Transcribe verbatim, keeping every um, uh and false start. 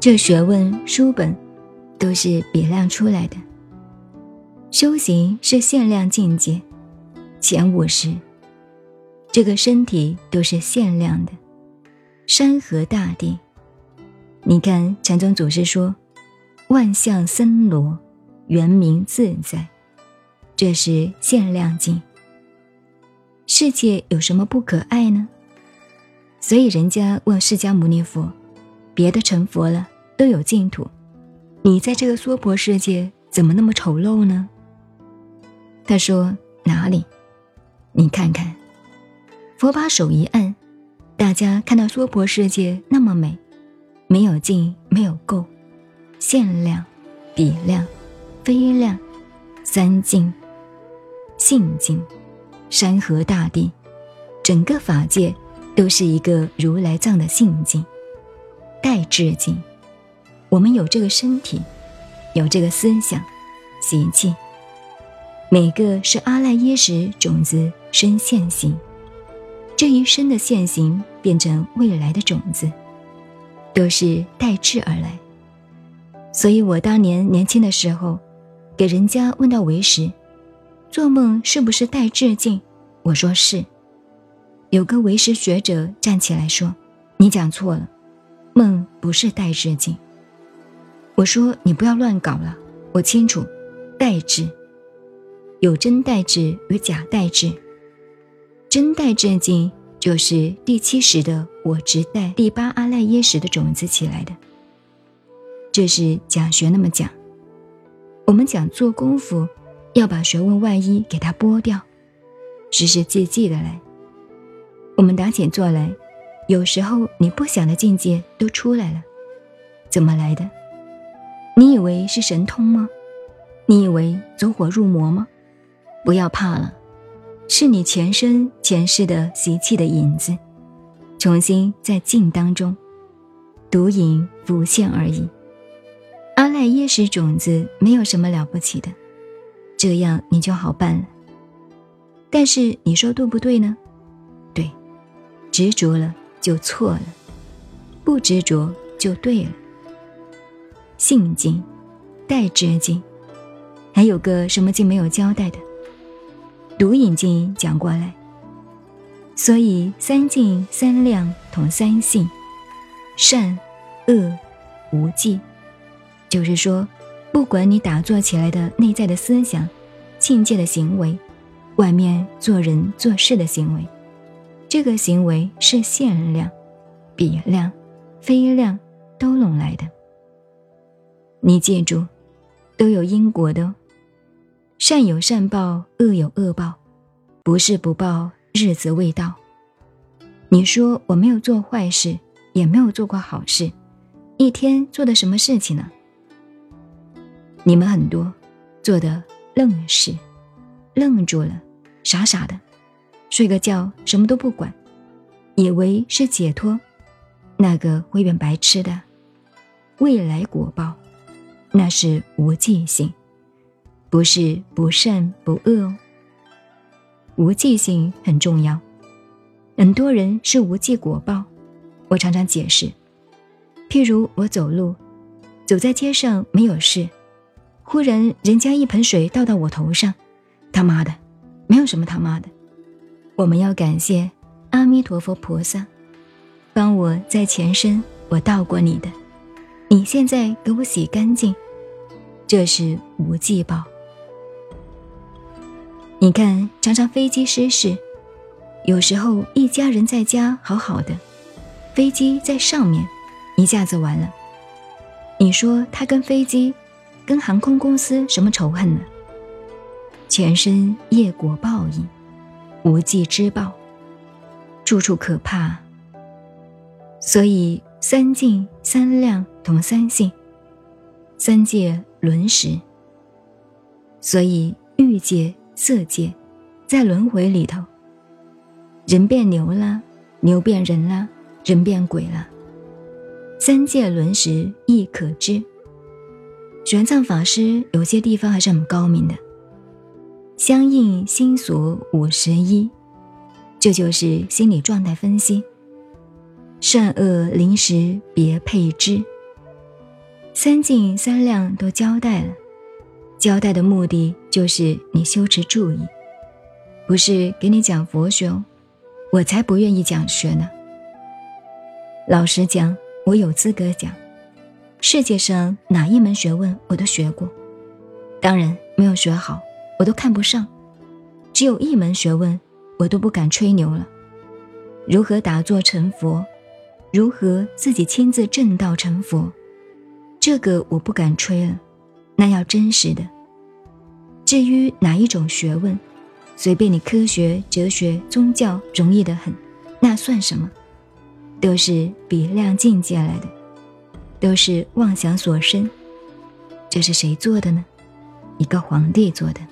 这学问书本都是比量出来的。修行是限量境界，前五十，这个身体都是限量的，山河大地。你看禅宗祖师说，万象森罗，圆明自在，这是限量境。世界有什么不可爱呢？所以人家问释迦牟尼佛，别的成佛了都有净土，你在这个娑婆世界怎么那么丑陋呢？他说，哪里？你看看，佛把手一按，大家看到娑婆世界那么美，没有尽没有够，限量、比量、非量、三境、性境、山河大地，整个法界都是一个如来藏的性境、待至境。我们有这个身体，有这个思想、习气，每个是阿赖耶识种子生现行，这一生的现行变成未来的种子，都是待至而来。所以我当年年轻的时候，给人家问到为时，做梦是不是待至境？我说是。有个为时学者站起来说，你讲错了，梦不是待至境。我说你不要乱搞了，我清楚，待至有真待至与假待至。真待至境就是第七识的我执待第八阿赖耶识的种子起来的，这是讲学那么讲。我们讲做功夫，要把学问外衣给它剥掉，实实际际的来。我们打起坐来，有时候你不想的境界都出来了，怎么来的？你以为是神通吗？你以为走火入魔吗？不要怕了，是你前生前世的习气的影子，重新在境当中独影浮现而已。阿赖耶识种子没有什么了不起的，这样你就好办了。但是你说对不对呢？对，执着了就错了，不执着就对了。性境、待至境，还有个什么境没有交代的？独影境讲过来。所以三境三量同三性，善恶无记，就是说，不管你打坐起来的内在的思想、境界的行为，外面做人做事的行为，这个行为是限量、比量、非量都拢来的。你记住，都有因果的哦，善有善报，恶有恶报，不是不报，日子未到。你说我没有做坏事，也没有做过好事，一天做的什么事情呢？你们很多做的愣事，愣住了，傻傻的，睡个觉什么都不管，以为是解脱，那个会变白痴的。未来果报那是无记性，不是不善不恶哦。无记性很重要，很多人是无记果报。我常常解释，譬如我走路，走在街上没有事，忽然人家一盆水倒到我头上，他妈的，没有什么他妈的。我们要感谢阿弥陀佛菩萨，帮我在前生我倒过你的，你现在给我洗干净，这是无记报。你看常常飞机失事，有时候一家人在家好好的，飞机在上面，一下子完了。你说他跟飞机跟航空公司什么仇恨呢？前生业果报应，无记之报，处处可怕。所以三境三量同三性，三界轮时。所以欲界色界在轮回里头，人变牛啦，牛变人啦，人变鬼啦，三界轮时亦可知。玄奘法师有些地方还是很高明的，相应心所五十一，这就是心理状态分析。善恶临时别配之， 三尽三量都交代了，交代的目的就是你修持注意，不是给你讲佛学哦，我才不愿意讲学呢。老实讲，我有资格讲，世界上哪一门学问我都学过，当然没有学好，我都看不上。只有一门学问，我都不敢吹牛了。如何打坐成佛，如何自己亲自证道成佛，这个我不敢吹了，那要真实的。至于哪一种学问，随便你科学、哲学、宗教容易得很，那算什么？都是比量境界来的，都是妄想所生。这是谁做的呢？一个皇帝做的。